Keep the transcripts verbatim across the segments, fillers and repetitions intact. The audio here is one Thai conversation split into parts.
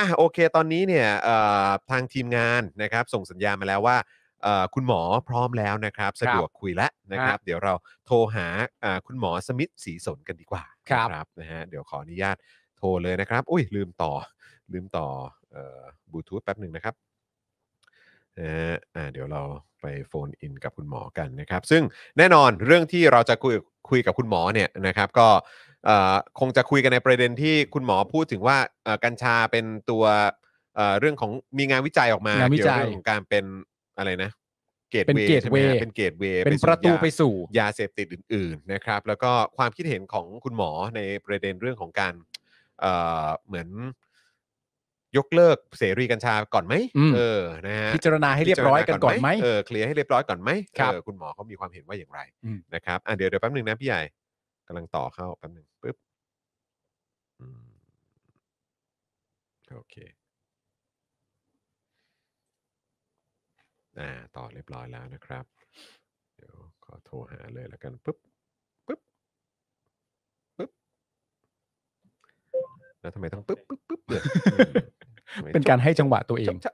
อ่ะโอเคตอนนี้เนี่ยเอ่อทางทีมงานนะครับส่งสัญญาณมาแล้วว่าเอ่อคุณหมอพร้อมแล้วนะครับสะดวกคุยแล้วนะครับเดี๋ยวเราโทรหาอ่าคุณหมอสมิทธิ์ศรีสนกันดีกว่านะครับนะฮะเดี๋ยวขออนุญาตโทรเลยนะครับอุ้ยลืมต่อลืมต่อเอ่อบลูทูธแป๊บหนึ่งนะครับนะฮะอ่าเดี๋ยวเราไปโฟนอินกับคุณหมอกันนะครับซึ่งแน่นอนเรื่องที่เราจะคุยคุยกับคุณหมอเนี่ยนะครับก็เอ่อคงจะคุยกันในประเด็นที่คุณหมอพูดถึงว่าเอ่อกัญชาเป็นตัวเอ่อเรื่องของมีงานวิจัยออกมาเกี่ยวกับเรื่องของการเป็นอะไรนะเกตเวย์ใช่ไหมฮะเป็นเกตเวย์เป็นประตูไปสู่ยาเสพติดอื่นๆนะครับแล้วก็ความคิดเห็นของคุณหมอในประเด็นเรื่องของการเอ่อเหมือนยกเลิกเสรีกัญชาก่อนไหมเออนะฮะพิจารณาให้เรียบร้อยกันก่อนไหมเออเคลียร์ให้เรียบร้อยก่อนไหมเออคุณหมอเขามีความเห็นว่าอย่างไรนะครับอ่ะเดี๋ยวเดี๋ยวแป๊บนึงนะพี่ใหญ่กำลังต่อเข้าแป๊บนึงปึ๊บโอเคอ่าต่อเรียบร้อยแล้วนะครับเดี๋ยวขอโทรหาเลยแล้วกันปึ๊บปึ๊บปึ๊บแล้วทำไมต้องปึ๊บปึ๊บปึ๊บเลยเป็นการให้จังหวะตัวเอง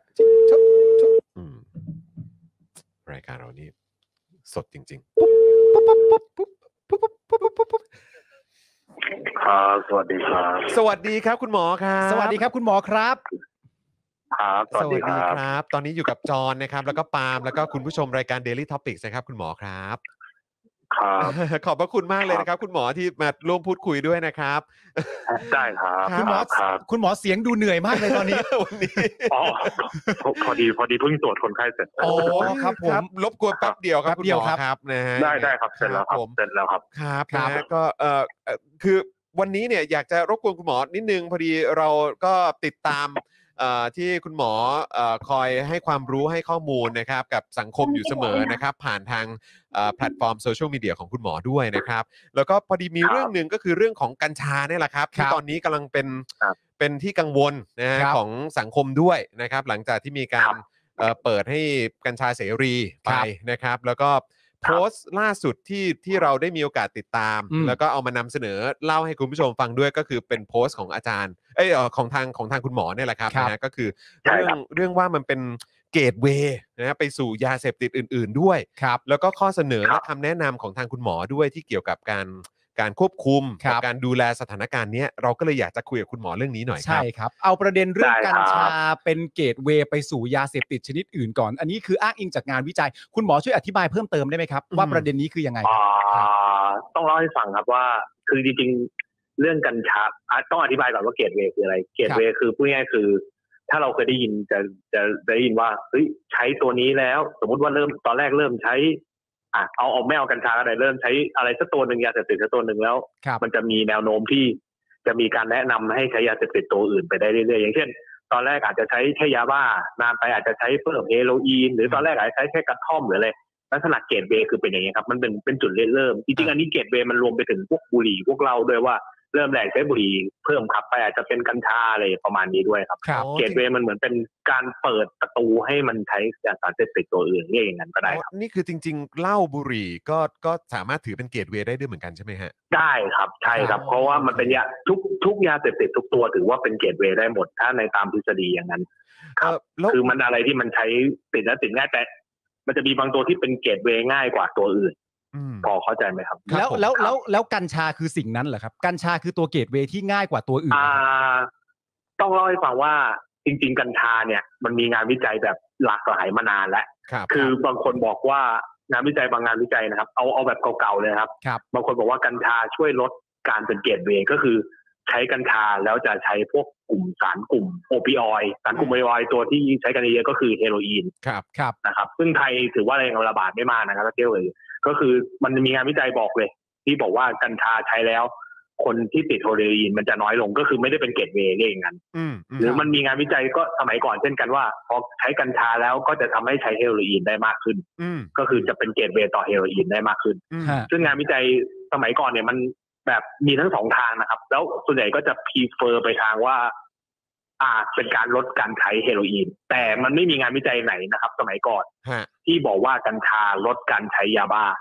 รายการเรานี่สดจริงๆปุ๊บปุ๊บปุ๊บปุ๊บปุ๊บปุ๊บปุ๊บปุ๊บปุ๊บครับสวัสดีครับสวัสดีครับคุณหมอครับสวัสดีครับคุณหมอครับครับสวัสดีครับ ตอนนี้อยู่กับจอห์นนะครับแล้วก็ปาล์มแล้วก็คุณผู้ชมรายการ Daily Topics นะครับคุณหมอครับครับขอบพระคุณมากเลยนะครับคุณหมอที่มาร่วมพูดคุยด้วยนะครับได้ครับคุณหมอคุณหมอเสียงดูเหนื่อยมากเลยตอนนี้วันนี้อ๋อพอดีพอดีเพิ่งตรวจคนไข้เสร็จโอ้ครับผมรบกวนแป๊บเดียวครับคุณหมอครับนะฮะได้ได้ครับเสร็จแล้วครับเสร็จแล้วครับครับนะก็เอ่อคือวันนี้เนี่ยอยากจะรบกวนคุณหมอนิดนึงพอดีเราก็ติดตามที่คุณหมอคอยให้ความรู้ให้ข้อมูลนะครับกับสังคมอยู่เสมอนะครับผ่านทางแพลตฟอร์มโซเชียลมีเดียของคุณหมอด้วยนะครับแล้วก็พอดีมีเรื่องหนึ่งก็คือเรื่องของกัญชาเนี่ยแหละครับที่ตอนนี้กำลังเป็นเป็นที่กังวลนะฮะของสังคมด้วยนะครับหลังจากที่มีการเปิดให้กัญชาเสรีไปนะครับแล้วก็โพสต์ล่าสุดที่ที่เราได้มีโอกาสติดตามแล้วก็เอามานำเสนอเล่าให้คุณผู้ชมฟังด้วยก็คือเป็นโพสต์ของอาจารย์เอ้ยของทางของทางคุณหมอเนี่ยแหละครับนะก็คือเรื่องเรื่องว่ามันเป็นเกตเวย์นะไปสู่ยาเสพติดอื่นๆด้วยแล้วก็ข้อเสนอและคำแนะนำของทางคุณหมอด้วยที่เกี่ยวกับการการควบคุมกับการดูแลสถานการณ์นี้เราก็เลยอยากจะคุยกับคุณหมอเรื่องนี้หน่อยครับใช่ครับเอาประเด็นเรื่องกัญชาเป็นเกตเวย์ไปสู่ยาเสพติดชนิดอื่นก่อนอันนี้คืออ้างอิงจากงานวิจัยคุณหมอช่วยอธิบายเพิ่มเติมได้ไหมครับว่าประเด็นนี้คือยังไงต้องเล่าให้ฟังครับว่าคือจริงๆเรื่องกัญชาต้องอธิบายก่อนว่าเกตเวย์คืออะไรเกตเวย์คือพูดง่ายๆคือถ้าเราเคยได้ยินจะจะได้ยินว่าเฮ้ยใช้ตัวนี้แล้วสมมุติว่าเริ่มตอนแรกเริ่มใช้อ่ะเอาเอาไม่เอากัญชาอะไรเริ่มใช้อะไรสักตัวหนึ่งยาเสพติดสักตัวหนึ่งแล้วมันจะมีแนวโน้มที่จะมีการแนะนำให้ใช้ยาเสพติดตัวอื่นไปได้เรื่อยๆอย่างเช่นตอนแรกอาจจะใช้แค่ยาบ้านานไปอาจจะใช้เพิ่มเฮโรอีนหรือตอนแรกอาจจะใช้แค่กระท่อมหรืออะไรลักษณะเกตเวย์คือเป็นอย่างนี้ครับมันเป็นเป็นจุดเริ่มจริงๆอันนี้เกตเวย์มันรวมไปถึงพวกบุหรี่พวกเราด้วยว่าเริ่มแรกใช้บุหรี่เพิ่มขับไปอาจจะเป็นกัญชาอะไรประมาณนี้ด้วยครับเกตเวย์มันเหมือนเป็นการเปิดประตูให้มันใช้ยาสารเสพติดตัวอื่นเรียกอย่างนั้นก็ได้ครับนี่คือจริงๆเหล้าบุหรี่ก็ก็สามารถถือเป็นเกตเวย์ได้ด้วยเหมือนกันใช่ไหมฮะได้ครับใช่ครับเพราะว่ามันเป็นยาทุกทุกยาเสพติดทุกตัวถือว่าเป็นเกตเวย์ได้หมดถ้าในตามทฤษฎีอย่างนั้นครับคือมันอะไรที่มันใช้ติดแล้วติดง่ายแต่มันจะมีบางตัวที่เป็นเกตเวย์ง่ายกว่าตัวอื่นพอเข้าใจไหมครับแล้วแล้วแล้วแล้วกัญชาคือสิ่งนั้นเหรอครับกัญชาคือตัวเกตเวย์ที่ง่ายกว่าตัวอื่นอ่าต้องเล่าให้ฟังว่าจริงๆกัญชาเนี่ยมันมีงานวิจัยแบบหลากหลายมานานแล้วคือบางคนบอกว่างานวิจัยบางงานวิจัยนะครับเอาเอาแบบเก่าๆเลยครับบางคนบอกว่ากัญชาช่วยลดการเป็นเกตเวย์ก็คือใช้กัญชาแล้วจะใช้พวกกลุ่มสารกลุ่มโอปิออยด์สารกลุ่มโอปิออยด์ตัวที่ใช้กันเยอะก็คือเฮโรอีนครับครับนะครับซึ่งไทยถือว่ายังระบาดไม่มากนะครับถ้าเทียบเลยก็คือมันมีงานวิจัยบอกเลยที่บอกว่ากัญชาใช้แล้วคนที่ติดเฮโรอีนมันจะน้อยลงก็คือไม่ได้เป็นเกตเวย์เรื่องนั้นหรือมันมีงานวิจัยก็สมัยก่อนเช่นกันว่าพอใช้กัญชาแล้วก็จะทำให้ใช้เฮโรอีนได้มากขึ้นก็คือจะเป็นเกตเวย์ต่อเฮโรอีนได้มากขึ้นซึ่งงานวิจัยสมัยก่อนเนี่ยมันแบบมีทั้งสองทางนะครับแล้วส่วนใหญ่ก็จะพรีเฟอร์ไปทางว่าอ่าเป็นการลดการใช้เฮโรอีนแต่มันไม่มีงานวิจัยไหนนะครับสมัยก่อนที่บอกว่ากัญชาลดการใช้ยาบ้า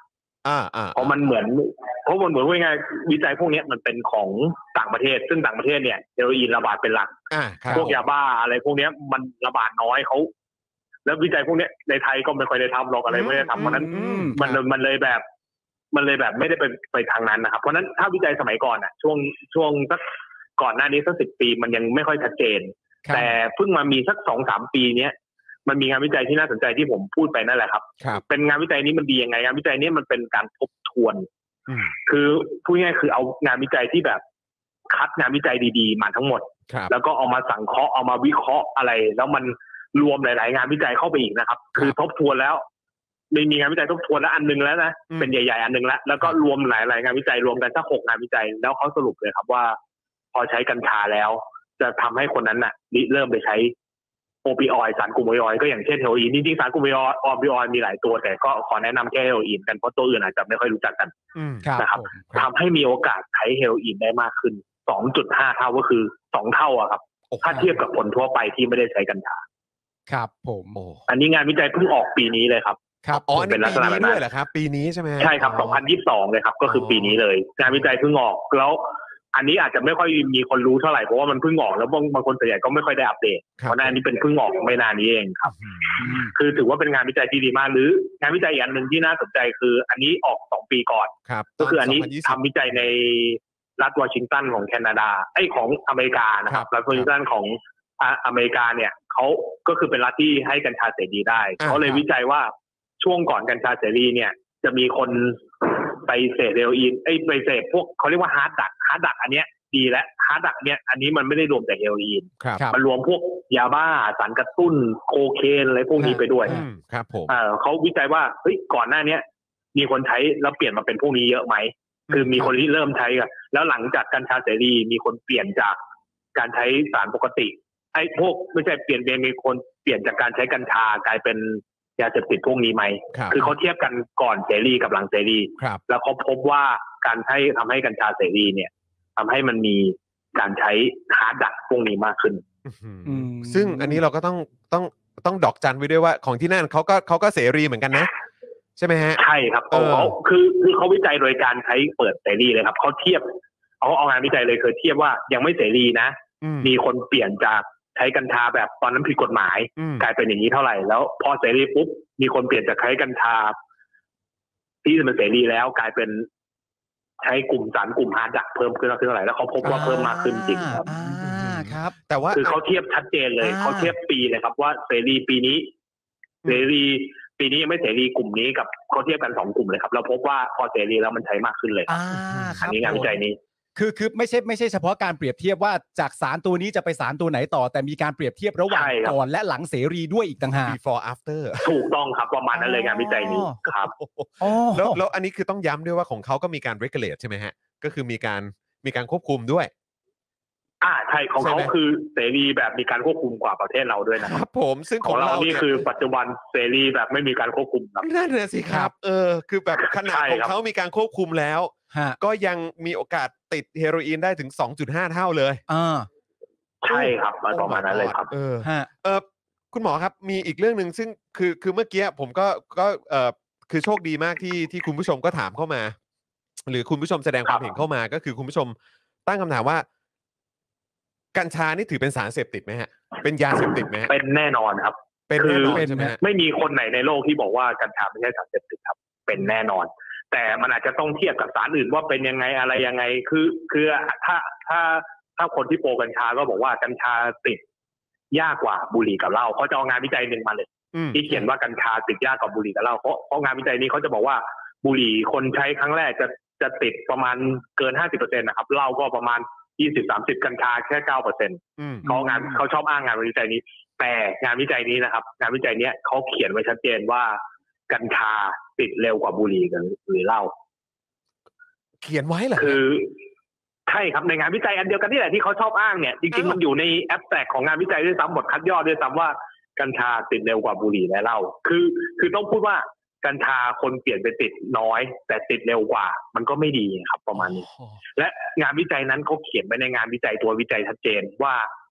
อ่าอ่าเพราะมันเหมือนเพราะมันเหมือนว่าไงวิจัยพวกนี้มันเป็นของต่างประเทศซึ่งต่างประเทศเนี่ยเฮโรอีนระบาดเป็นหลักพวกยาบ้าอะไรพวกนี้มันระบาดน้อยเขาแล้ววิจัยพวกนี้ในไทยก็ไม่ค่อยได้ทำหรอกอะไรไม่ได้ทำเพราะนั้นมันมันเลยแบบมันเลยแบบไม่ได้ไปไปทางนั้นนะครับเพราะนั้นถ้าวิจัยสมัยก่อนอ่ะช่วงช่วงสักก่อนหน้านี้สักสิบปีมันยังไม่ค่อยชัดเจนแต่เพิ่งมามีสักสองสามปีเนี้ยมันมีงานวิจัยที่น่าสนใจที่ผมพูดไปนั่นแหละครับเป็นงานวิจัยนี้มันดียังไงงานวิจัยนี้มันเป็นการทบทวนคือพูดง่ายๆคือเอางานวิจัยที่แบบคัดงานวิจัยดีๆมาทั้งหมดแล้วก็เอามาสังเคราะห์เอามาวิเคราะห์อะไรแล้วมันรวมหลายๆงานวิจัยเข้าไปอีกนะครับคือทบทวนแล้วมีมีงานวิจัยทบทวนแล้วอันนึงแล้วนะเป็นใหญ่ๆอันนึงแล้วแล้วก็รวมหลายๆงานวิจัยรวมกันสักหกงานวิจัยแล้วเขาสรุปเลยครับว่าพอใช้กัญชาแล้วจะทำให้คนนั้นน่ะเริ่มไปใช้โอปิออยด์สารกลุ่มโอปิออยด์ก็อย่างเช่นเฮโรอีนจริงๆสารกลุ่มโอปิออยด์มีหลายตัวแต่ก็ขอแนะนำแค่เฮโรอีนกันเพราะตัวอื่นอาจจะไม่ค่อยรู้จักกันนะครับทำให้มีโอกาสใช้เฮโรอีนได้มากขึ้น สองจุดห้า เท่าก็คือสองเท่าอะครับถ้าเทียบกับคนทั่วไปที่ไม่ได้ใช้กัญชาครับผมอันนี้งานวิจัยเพิ่งออกปีนี้เลยครับครับอ๋อเป็นลักษณะแบบนั้นด้วยเหรอครับปีนี้ใช่ไหมใช่ครับสองพันยี่สิบสองเลยครับก็คือปีนี้เลยงานวิจัยเพิ่งออกแล้วอันนี้อาจจะไม่ค่อยมีคนรู้เท่าไหร่เพราะว่ามันเพิ่งออกแล้วบางคนส่วนใหญ่ก็ไม่ค่อยได้อัปเดตเพราะนั่นอันนี้เป็นเพิ่งออกไม่นานนี้เองครับคือถือว่าเป็นงานวิจัยที่ดีมากหรืองานวิจัยอีกอันหนึ่งที่น่าสนใจคืออันนี้ออกสองปีก่อนก็คืออันนี้ทำวิจัยในรัฐวอชิงตันของแคนาดาไอ้ของอเมริกานะครับรัฐวอชิงตันของอเมริกาเนี่ยเขาก็คือเป็นรัฐที่ให้กัญชาเสรีได้เขาเลยวิจัยว่าช่วงก่อนกัญชาเสรีเนี่ยจะมีคนไปเสพเฮโรอีนไอ้ไปเสพพวกเขาเรียกว่าฮาร์ดดักฮาร์ดดักอันเนี้ยดีและฮาร์ดดักเนี้ยอันนี้มันไม่ได้รวมแต่เฮโรอีนมันรวมพวกยาบ้าสารกระตุ้นโคเคนอะไรพวกนี้ไปด้วยครับผมเขาวิจัยว่าเฮ้ยก่อนหน้านี้มีคนใช้แล้วเปลี่ยนมาเป็นพวกนี้เยอะไหมคือมีคนที่เริ่มใช้กันแล้วหลังจากกัญชาเสรีมีคนเปลี่ยนจากการใช้สารปกติไอ้พวกไม่ใช่เปลี่ยนเป็นมีคนเปลี่ยนจากการใช้กัญชากลายเป็นยาเสพติดพวกนี้ไหมคือเขาเทียบกันก่อนเสรีกับหลังเสรีแล้วเขาพบว่าการใช้ทำให้กัญชาเสรีเนี่ยทำให้มันมีการใช้ฮาร์ดดักพวกนี้มากขึ้นซึ่งอันนี้เราก็ต้องต้องต้องดอกจันไว้ด้วยว่าของที่นั่นเขาก็เขาก็เสรีเหมือนกันนะใช่ไหมฮะใช่ครับเขาคือคือเขาวิจัยโดยการใช้เปิดเสรีเลยครับเขาเทียบเขาเอางานวิจัยเลยเคยเทียบว่ายังไม่เสรีนะมีคนเปลี่ยนจากใช้กัญชาแบบตอนนั้นผิดกฎหมายกลายเป็นอย่างนี้เท่าไหร่แล้วพอเสรีปุ๊บมีคนเปลี่ยนจากใช้กัญชาที่มันเสรีแล้วกลายเป็นใช้กลุ่มสารกลุ่มฮาร์ดดักเพิ่มขึ้นเท่าไหร่แล้วเขาพบว่าเพิ่มมากขึ้นจริงครับครับแต่ว่าคือเขาเทียบชัดเจนเลยเขาเทียบปีเลยครับว่าเสรีปีนี้เสรีปีนี้ยังไม่เสรีกลุ่มนี้กับเขาเทียบกันสองกลุ่มเลยครับเราพบว่าพอเสรีแล้วมันใช้มากขึ้นเลยอันนี้งานวิจัยนี้คือคือไม่ใช่ไม่ใช่เฉพาะการเปรียบเทียบว่าจากสารตัวนี้จะไปสารตัวไหนต่อแต่มีการเปรียบเทียบระหว่างก่อนและหลังเสรีด้วยอีกต่างหาก before after ถูกต้องครับประมาณนั้นเลยงานวิจัยนี้ครับแล้วแล้วอันนี้คือต้องย้ำด้วยว่าของเขาก็มีการ regulate ใช่ไหมฮะก็คือมีการมีการควบคุมด้วยอ่าใช่ของเขาคือเสรีแบบมีการควบคุมกว่าประเทศเราด้วยนะครับผมซึ่งของเรานี่คือปัจจุบันเสรีแบบไม่มีการควบคุมครับนั่นแหละสิครับเออคือแบบขนาดของเขามีการควบคุมแล้วก็ยังมีโอกาสติดเฮโรอีนได้ถึง สองจุดห้า เท่าเลยอ่าใช่ครับประมาณนั้นเลยครับเออเออคุณหมอครับมีอีกเรื่องนึงซึ่งคือคือเมื่อกี้ผมก็ก็เออคือโชคดีมากที่ที่คุณผู้ชมก็ถามเข้ามาหรือคุณผู้ชมแสดงความเห็นเข้ามาก็คือคุณผู้ชมตั้งคำถามว่ากัญชานี่ถือเป็นสารเสพติดไหมฮะเป็นยาเสพติดไหมเป็นแน่นอนครับเป็นแน่นอนใช่ไหมไม่มีคนไหนในโลกที่บอกว่ากัญชาไม่ใช่สารเสพติดครับเป็นแน่นอนแต่มันอาจจะต้องเทียบกับสารอื่นว่าเป็นยังไงอะไรยังไงคือคือถ้าถ้าถ้าคนที่โปรกัญชาก็บอกว่ากัญชาติดยากกว่าบุหรี่กับเหล้าเขาจะเอางานวิจัยหนึ่งมาเลยที่เขียนว่ากัญชาติดยากกว่าบุหรี่กับเหล้าเพราะเพราะงานวิจัยนี้เขาจะบอกว่าบุหรี่คนใช้ครั้งแรกจะจะติดประมาณเกิน ห้าสิบเปอร์เซ็นต์ นะครับเหล้าก็ประมาณยี่สิบ สามสิบ กัญชาแค่ เก้าเปอร์เซ็นต์ เขางานเขาชอบอ้างงานวิจัยนี้แต่งานวิจัยนี้นะครับงานวิจัยนี้เขาเขียนไว้ชัดเจนว่ากัญชาติดเร็วกว่าบุหรี่หรือเหล้าเขียนไว้เหรอคือใช่ครับในงานวิจัยอันเดียวกันนี่แหละที่เขาชอบอ้างเนี่ยจริงๆมันอยู่ในแอปแตกของงานวิจัยด้วยซ้ำบทคัดย่อด้วยซ้ำว่ากัญชาติดเร็วกว่าบุหรี่และเหล้าคือคือต้องพูดว่ากัญชาคนเปลี่ยนไปติดน้อยแต่ติดเร็วกว่ามันก็ไม่ดีครับประมาณนี้และงานวิจัยนั้นเขาเขียนไว้ในงานวิจัยตัววิจัยชัดเจนว่า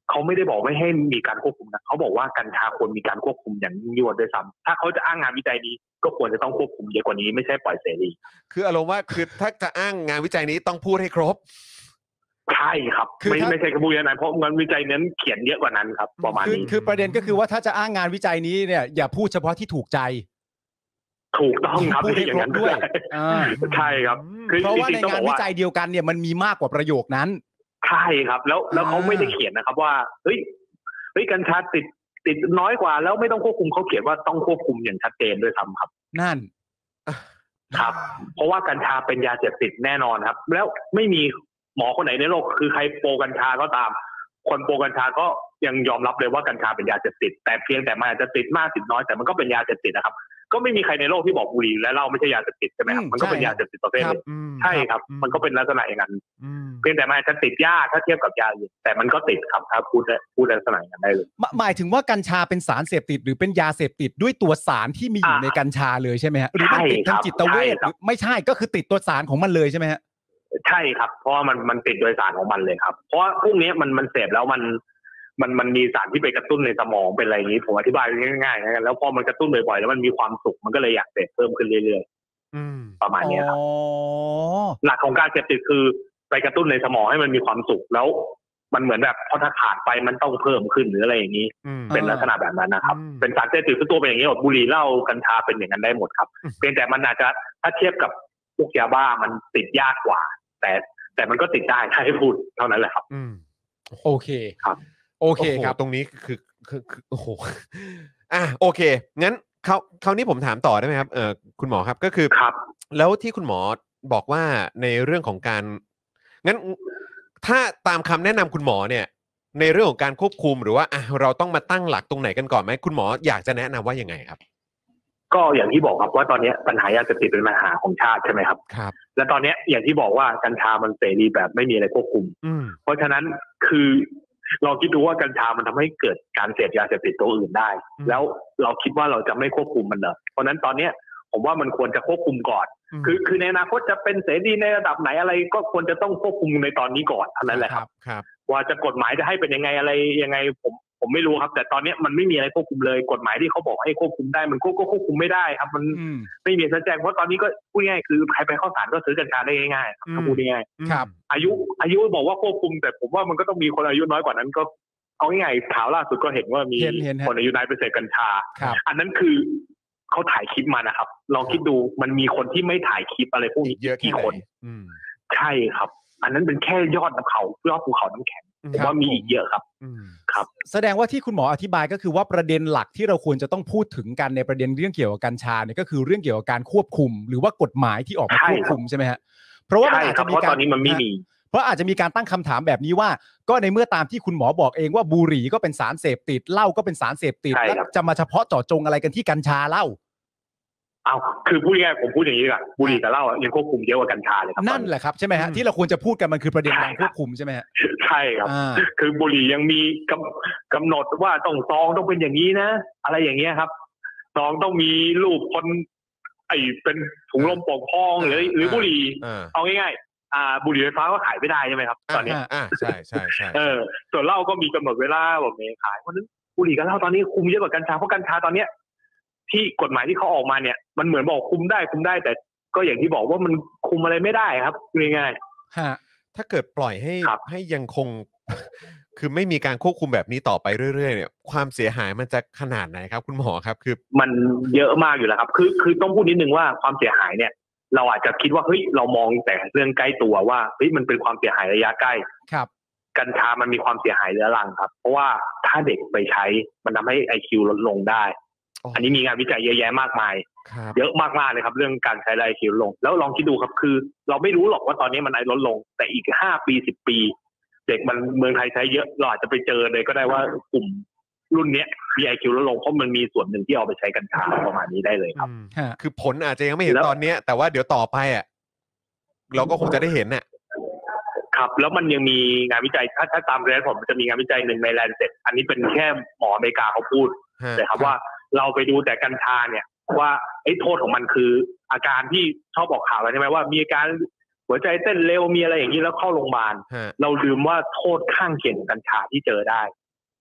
เขาไม่ได้บอกไม่ให้มีการควบคุมนะเขาบอกว่ากัญชาควรมีการควบคุมอย่างยิ่งยวดด้วยซ้ำถ้าเขาจะอ้างงานวิจัยนี้ก็ควรจะต้องควบคุมเยอะกว่านี้ไม่ใช่ปล่อยเสรีคืออารมณ์ว่าคือถ้าจะอ้างงานวิจัยนี้ต้องพูดให้ครบใช่ครับไม่ไม่ใช่กระบวนการนั้นเพราะงานวิจัยนั้นเขียนเยอะกว่านั้นครับประมาณนี้คือประเด็นก็คือว่าถ้าจะอ้างงานวิจัยนี้เนี่ยอย่าพูดเฉพาะที่ถูกใจถูกต้องครับพูดให้ครบด้วยใช่ครับเพราะว่าในงานวิจัยเดียวกันเนี่ยมันมีมากกว่าประโยคนั้นใช่ครับแล้วแล้วเขาไม่ได้เขียนนะครับว่าเฮ้ยเฮ้ยกัญชาติดติดน้อยกว่าแล้วไม่ต้องควบคุมเขาเขียนว่าต้องควบคุมอย่างชัดเจนด้วยซ้ำครับนั่นครับเพราะว่ากัญชาเป็นยาเสพติดแน่นอนครับแล้วไม่มีหมอคนไหนในโลกคือใครโปรกัญชาก็ตามคนโปรกัญชาก็ยังยอมรับเลยว่ากัญชาเป็นยาเสพติดแต่เพียงแต่มันอาจจะติดมากติดน้อยแต่มันก็เป็นยาเสพติดนะครับก็ไม่มีใครในโลกที่บอกบุหรี่และเหล้าไม่ใช่ยาเสพติดใช่ไหมครับมันก็เป็นยาเสพติดประเภทนึงใช่ครับมันก็เป็นลักษณะอย่างนั้นเพียงแต่มันอาจจะติดยากถ้าเทียบกับยาอื่นแต่มันก็ติดครับถ้าพูดพูดลักษณะอย่างนั้นได้เลยหมายถึงว่ากัญชาเป็นสารเสพติดหรือเป็นยาเสพติดด้วยตัวสารที่มีอยู่ในกัญชาเลยใช่ไหมฮะหรือมันติดทางจิตเวชไม่ใช่ก็คือติดตัวสารของมันเลยใช่ไหมฮะใช่ครับเพราะว่ามันมันติดโดยสารของมันเลยครับเพราะว่าพวกนี้มันมันเสพแล้วมันมันมันมีสารที่ไปกระตุ้นในสมองเป็นอะไรอย่างนี้ผมอธิบายง่ายๆนะแล้วพอมันกระตุ้นบ่อยๆแล้วมันมีความสุขมันก็เลยอยากเสพเพิ่มขึ้นเรื่อยๆประมาณนี้ครับหลักของการเสพติดคือไปกระตุ้นในสมองให้มันมีความสุขแล้วมันเหมือนแบบพอถ้าขาดไปมันต้องเพิ่มขึ้นหรืออะไรอย่างนี้เป็นลักษณะแบบนั้นนะครับเป็นสารเสพติดทุกตัวเป็นอย่างนี้หมดบุหรี่เหล้ากัญชาเป็นอย่างนั้นได้หมดครับเพียงแต่มันอาจจะถ้าเทียบกับพวกยาบ้ามันติดยากกว่าแต่แต่มันก็ติดได้ถ้าให้พูดเท่านั้นแหละครับโอเคครับโอเคครับตรงนี้คือคือโอ้โหอ่ะโอเคงั้นเขาคราวนี้ผมถามต่อได้ไหมครับเออคุณหมอครับก็คือครับแล้วที่คุณหมอบอกว่าในเรื่องของการงั้นถ้าตามคำแนะนำคุณหมอเนี่ยในเรื่องของการควบคุมหรือว่าอ่ะเราต้องมาตั้งหลักตรงไหนกันก่อนไหมคุณหมออยากจะแนะนำว่ายังไงครับก็อย่างที่บอกครับว่าตอนนี้ปัญหายาเสพติดเป็นปัญหาของชาติใช่ไหมครับครับและตอนนี้อย่างที่บอกว่ากัญชามันเสรีแบบไม่มีอะไรควบคุมเพราะฉะนั้นคือเราคิดดูว่ากัญชามันทำให้เกิดการเสพยาเสพติดตัวอื่นได้แล้วเราคิดว่าเราจะไม่ควบคุมมันเหรอเพราะนั้นตอนนี้ผมว่ามันควรจะควบคุมก่อนคือคือในอนาคตจะเป็นเสรีในระดับไหนอะไรก็ควรจะต้องควบคุมในตอนนี้ก่อนเท่านั้นแหละครับว่าจะกฎหมายจะให้เป็นยังไงอะไรยังไงผมผมไม่รู้ครับแต่ตอนนี้มันไม่มีอะไรควบคุมเลยกฎหมายที่เขาบอกให้ควบคุมได้มันก็ควบคุมไม่ได้ครับมันไม่มีชัดแจ้งเพราะตอนนี้ก็พูดง่ายคือใครไปเข้าศาลก็ซื้อกัญชาได้ง่ายๆครับพูดง่ายๆครับอายุอายุบอกว่าควบคุมแต่ผมว่ามันก็ต้องมีคนอายุน้อยกว่านั้นก็เอาง่ายๆข่าวล่าสุดก็เห็นว่ามีคนอายุน้อยไปเสพกัญชาอันนั้นคือเขาถ่ายคลิปมานะครับลองคิดดูมันมีคนที่ไม่ถ่ายคลิปอะไรพวกนี้เยอะกี่คนใช่ครับอันนั้นเป็นแค่ยอดภูเขายอดภูเขาน้ำแข็งผมว่ามีอีกเยอะครับครับแสดงว่าที่คุณหมออธิบายก็คือว่าประเด็นหลักที่เราควรจะต้องพูดถึงกันในประเด็นเรื่องเกี่ยวกับกัญชาเนี่ยก็คือเรื่องเกี่ยวกับการควบคุมหรือว่ากฎหมายที่ออกมาควบคุมใช่ไหมฮะเพราะว่าอาจจะมีการตอนนี้มันไม่มีเพราะอาจจะมีการตั้งคำถามแบบนี้ว่าก็ในเมื่อตามที่คุณหมอบอกเองว่าบุหรี่ก็เป็นสารเสพติดเหล้าก็เป็นสารเสพติดแล้วจะมาเฉพาะเจาะจงอะไรกันที่กัญชาเหล้าเอาคือพูดง่ายๆผมพูดอย่างนี้ดีกว่าบุหรี่กับเหล้ายังควบคุมเยอะกว่ากัญชาเลยครับนั่นแหละครับใช่ไหมฮะที่เราควรจะพูดกันมันคือประเด็นการควบคุมใช่ไหมฮะใช่ครับคือบุหรี่ยังมีกำกำหนดว่าต้องซองต้องเป็นอย่างนี้นะอะไรอย่างเงี้ยครับซองต้องมีรูปคนไอเป็นถุงลมโป่งพองหรือหรือบุหรี่เอาง่ายๆอ่าบุหรี่ไฟฟ้าก็ขายไม่ได้ใช่ไหมครับตอนนี้อ่าใช่ใช่ใช่เออส่วนเหล้าก็มีกำหนดเวลาแบบนี้ขายเพราะนั้นบุหรี่กับเหล้าตอนนี้คุมเยอะกว่ากัญชาเพราะกัญชาตอนเนี้ยที่กฎหมายที่เขาออกมาเนี่ยมันเหมือนบอกคุมได้คุมได้แต่ก็อย่างที่บอกว่ามันคุมอะไรไม่ได้ครับง่ายๆฮะถ้าเกิดปล่อยให้ให้ยังคงคือไม่มีการควบคุมแบบนี้ต่อไปเรื่อยๆเนี่ยความเสียหายมันจะขนาดไหนครับคุณหมอครับคือมันเยอะมากอยู่แล้วครับคือคือต้องพูดนิดนึงว่าความเสียหายเนี่ยเราอาจจะคิดว่าเฮ้ยเรามองแต่เรื่องใกล้ตัวว่าเฮ้ยมันเป็นความเสียหายระยะใกล้ครับกัญชามันมีความเสียหายเรื้อรังครับเพราะว่าถ้าเด็กไปใช้มันทำให้ ไอ คิว ลดลงได้อันนี้มีงานวิจัยเยอะแยะมากมายเยอะมากๆเลยครับเรื่องการใช้ไอ คิว ลงแล้วลองคิดดูครับคือเราไม่รู้หรอกว่าตอนนี้มันไอลดลงแต่อีกห้าปีสิบปีเด็กมันเมืองไทยใช้เยอะเราอาจจะไปเจอเลยก็ได้ว่ากลุ่มรุ่นนี้มี ไอ คิว ลดลงเพราะมันมีส่วนหนึ่งที่เอาไปใช้กัญชาประมาณนี้ได้เลยครับคือผลอาจจะยังไม่เห็นตอนนี้แต่ว่าเดี๋ยวต่อไปอ่ะเราก็คงจะได้เห็นน่ะครับแล้วมันยังมีงานวิจัยถ้าถ้าตามเรื่องผมจะมีงานวิจัยหนึ่งใน Lancet อันนี้เป็นแค่หมออเมริกาเขาพูดแต่ครับว่าเราไปดูแต่กัญชาเนี่ยว่าไอ้โทษของมันคืออาการที่ชอบบอกข่าวใช่ไหมว่ามีอาการหัวใจเต้นเร็วมีอะไรอย่างนี้แล้วเข้าโรงพยาบาลเราลืมว่าโทษข้างเคียงของกัญชาที่เจอได้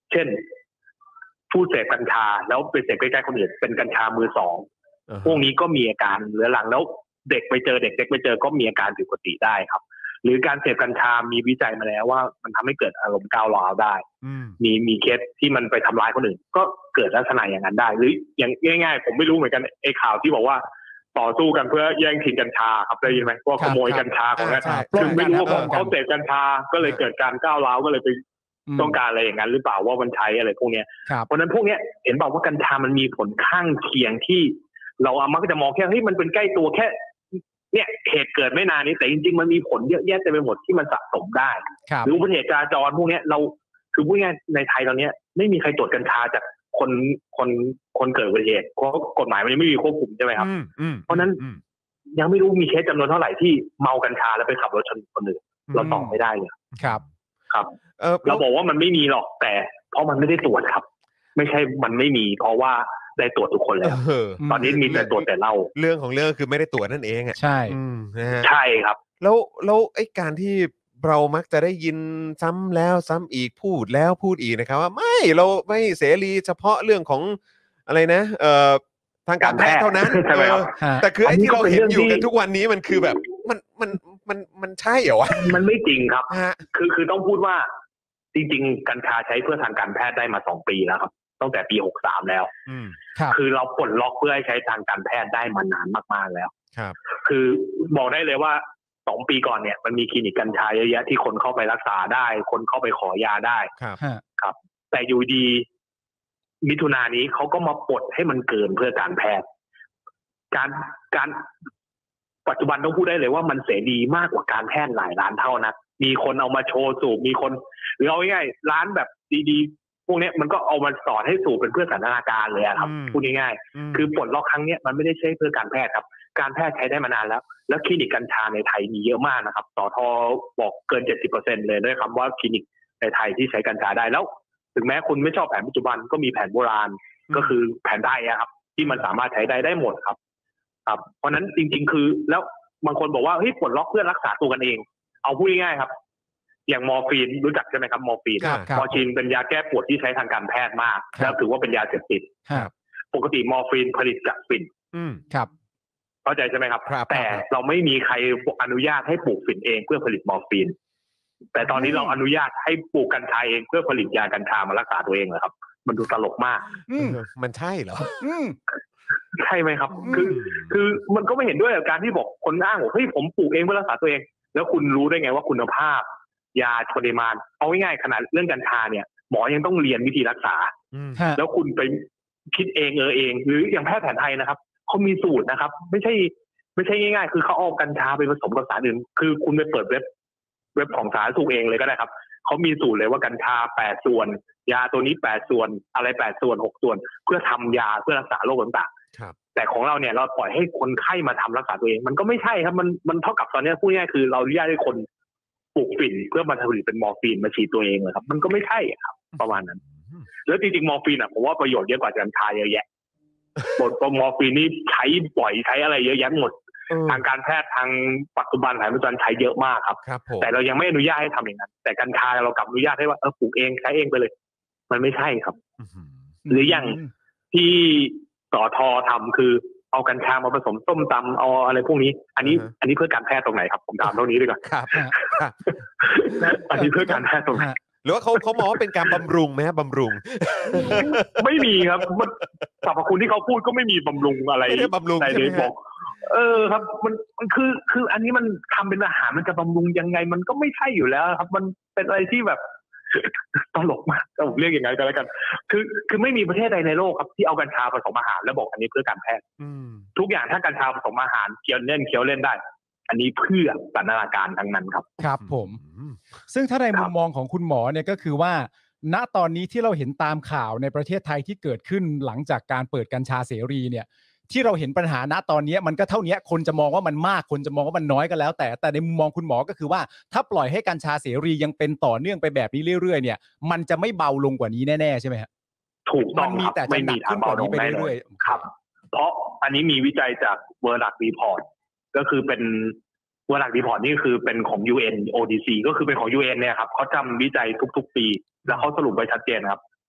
เช่นผู้เสพกัญชาแล้วไปเสพใกล้ๆคนอื่นเป็นกัญชามือสองพวกนี้ก็มีอาการเรื้อรังแล้วเด็กไปเจอเด็กเด็กไปเจอก็มีอาการผิดปกติได้ครับหรือการเสพกัญชามีวิจัยมาแล้วว่ามันทำให้เกิดอารมณ์ก้าวร้าวได้มีมีเคสที่มันไปทำร้ายคนอื่นก็เกิดลักษณะอย่างนั้นได้หรืออย่างง่ายๆผมไม่รู้เหมือนกันไอ้ข่าวที่บอกว่าต่อสู้กันเพื่อแย่งชิงกัญชาครับได้ยินไหมว่าขโมยกัญชาของนั้นคือไม่รู้ว่าเขาเสพกัญชาก็เลยเกิดการก้าวร้าวก็เลยไปต้องการอะไรอย่างนั้นหรือเปล่าว่ามันใช้อะไรพวกนี้เพราะนั้นพวกนี้เห็นบอกว่ากัญชามันมีผลข้างเคียงที่เราอามักจะมองแค่เฮ้ยมันเป็นใกล้ตัวแค่เนี่ยเหตุเกิดไม่นานนี้แต่จริงๆมันมีผลเยอะแยะเต็มไปหมดที่มันสะสมได้หรืออุบัติเหตุจราจรพวกนี้เราคือพูดง่ายในไทยตอนนี้ไม่มีใครตรวจกัญชาจากคนคนคนเกิดอุบัติเหตุเพราะกฎหมายมันยังไม่มีควบคุมใช่ไหมครับเพราะนั้นยังไม่รู้มีเคสจำนวนเท่าไหร่ที่เมากัญชาแล้วไปขับรถชนคนอื่นเราตอบไม่ได้เลยครับครับเราบอกว่ามันไม่มีหรอกแต่เพราะมันไม่ได้ตรวจครับไม่ใช่มันไม่มีเพราะว่าได้ตรวจทุกคนแล้วตอนนี้มีแต่ตรวจแต่เราเรื่องของเรื่องคือไม่ได้ตรวจนั่นเองอ่ะใช่นะฮะใช่ครับแล้วแล้วไอ้การที่เรามักจะได้ยินซ้ำแล้วซ้ำอีกพูดแล้วพูดอีกนะครับว่าไม่เราไม่เสรีเฉพาะเรื่องของอะไรนะเอ่อทางการแพทย์เท่านั้นใช่ไหมครับแต่คือไอ้ที่เราเห็นอยู่กันทุกวันนี้มันคือแบบมันมันมันมันใช่เหรอวะมันไม่จริงครับคือคือต้องพูดว่าจริงๆกัญชาใช้เพื่อทางการแพทย์ได้มาสองปีแล้วครับตั้งแต่ปีหกสามแล้วคือเราปลดล็อกเพื่อให้ใช้ทางการแพทย์ได้มานานมากๆแล้วครับคือบอกได้เลยว่าสองปีก่อนเนี่ยมันมีคลินิกกัญชาเยอะแยะที่คนเข้าไปรักษาได้คนเข้าไปขอยาได้ครับครับแต่อยู่ดีมิถุนายนนี้เขาก็มาปลดให้มันเกินเพื่อการแพทย์การการปัจจุบันต้องพูดได้เลยว่ามันเสรีมากกว่าการแพทย์หลายร้านเท่านะมีคนเอามาโชว์สูบมีคนหรือเอาง่ายๆร้านแบบดีๆพวกนี้มันก็เอามาสอนให้สูบเป็นเพื่อสันทนาการเลยครับพูดง่ายๆคือปลดล็อกครั้งนี้มันไม่ได้ใช้เพื่อการแพทย์ครับการแพทย์ใช้ได้มานานแล้วแล้วคลินิกกัญชาในไทยมีเยอะมากนะครับสทบอกเกิน เจ็ดสิบเปอร์เซ็นต์ เลยด้วยคำว่าคลินิกในไทยที่ใช้กัญชาได้แล้วถึงแม้คุณไม่ชอบแผนปัจจุบันก็มีแผนโบราณก็คือแผนไทยครับที่มันสามารถใช้ได้ได้หมดครับครับเพราะนั้นจริงๆคือแล้วบางคนบอกว่าเฮ้ยปลดล็อกเพื่อรักษาตัวกันเองเอาพูดง่ายๆครับอย่างมอร์ฟีนรู้จักใช่ไหมครับมอร์ฟีนมอร์ฟีนเป็นยาแก้ปวดที่ใช้ทางการแพทย์มากแล้วถือว่าเป็นยาเสพติดปกติมอร์ฟีนผลิตจากฝิ่นครับเข้าใจใช่ไหมครับแต่เราไม่มีใครอนุญาตให้ปลูกฝิ่นเองเพื่อผลิตมอร์ฟีนแต่ตอนนี้เราอนุญาตให้ปลูกกัญชาเองเพื่อผลิตยากัญชามารักษาตัวเองเหรอครับมันดูตลกมากมันใช่เหรอใช่ไหมครับคือคือมันก็ไม่เห็นด้วยกับการที่บอกคนอ้างว่าเฮ้ยผมปลูกเองเพื่อรักษาตัวเองแล้วคุณรู้ได้ไงว่าคุณภาพยาปริมาณเอาง่ายๆขนาดเรื่องกัญชาเนี่ยหมอยังต้องเรียนวิธีรักษาแล้วคุณไปคิดเองเออเองหรืออย่างแพทย์แผนไทยนะครับเขามีสูตรนะครับไม่ใช่ไม่ใช่ง่ายๆคือเขาเอากัญชาไปผสมกับสารอื่นคือคุณไปเปิดเว็บเว็บของสาธารณสุขเองเลยก็ได้ครับเขามีสูตรเลยว่ากัญชาแปดส่วนยาตัวนี้แปดส่วนอะไรแปดส่วนหกส่วนเพื่อทำยาเพื่อรักษาโรคต่างๆแต่ของเราเนี่ยเราปล่อยให้คนไข้มาทำรักษาตัวเองมันก็ไม่ใช่ครับมันมันเท่ากับตอนนี้พูดง่ายๆคือเราอนุญาตให้คนปลูกฝิ่นเพื่อมาผลิตเป็นมอร์ฟีนมาฉีดตัวเองเลยครับมันก็ไม่ใช่ครับประมาณนั้นแล้วจริงๆมอร์ฟีนอ่ะผมว่าประโยชน์เยอะกว่ากัญชาเยอะแยะบทมอร์ฟีนนี่ใช้บ่อยใช้อะไรเยอะแยะหมดทางการแพทย์ทางปัจจุบันแผนปัจจุบันใช้เยอะมากครับแต่เรายังไม่อนุญาตให้ทำอย่างนั้นแต่กัญชาเรากลับอนุญาตให้ว่าเออปลูกเองใช้เองไปเลยมันไม่ใช่ครับหรืออย่างที่สททำคือเอากัญชามาผสมส้มตำเอาอะไรพวกนี้อันนี้อันนี้เพื่อการแพทย์ตรงไหนครับผมถามเท่านี้ดีกว่าครับอันนี้เพื่อการแพทย์ตรงไหนหรือว่าเขาเขามองว่าเป็นการบำรุงไหมครับบำรุงไม่มีครับมันสรรพคุณที่เขาพูดก็ไม่มีบำรุงอะไรไม่ได้บำรุงใช่ไหมบอกเออครับมันมันคือคืออันนี้มันทำเป็นอาหารมันจะบำรุงยังไงมันก็ไม่ใช่อยู่แล้วครับมันเป็นอะไรที่แบบตลกมากผมเรียกอย่างไรก็แล้วกันคือคือไม่มีประเทศใดในโลกครับที่เอากัญชาผสมอาหารแล้วบอกอันนี้เพื่อการแพทย์ทุกอย่างถ้ากัญชาผสมอาหารเคี้ยวเล่นเคี้ยวเล่นได้อันนี้เพื่อสันทนาการทั้งนั้นครับครับผมซึ่งถ้าในมุมมองของคุณหมอเนี่ยก็คือว่าณตอนนี้ที่เราเห็นตามข่าวในประเทศไทยที่เกิดขึ้นหลังจากการเปิดกัญชาเสรีเนี่ยที่เราเห็นปัญหาณตอนนี้มันก็เท่านี้คนจะมองว่ามันมากคนจะมองว่ามันน้อยก็แล้วแต่แต่ในมุมมองคุณหมอก็คือว่าถ้าปล่อยให้กัญชาเสรียังเป็นต่อเนื่องไปแบบนี้เรื่อยๆเนี่ยมันจะไม่เบาลงกว่านี้แน่ๆใช่ไหมครับถูกต้องมีแต่จะหนักขึ้นกว่านี้ไปเรื่อยๆครับเพราะอันนี้มีวิจัยจาก World Report ก็คือเป็น World Report นี่คือเป็นของ ยู เอ็น โอ ดี ซี ก็คือเป็นของ ยู เอ็น เนี่ยครับเขาทำวิจัยทุกๆปีแล้วเขาสรุปไว้ชัดเจนครับ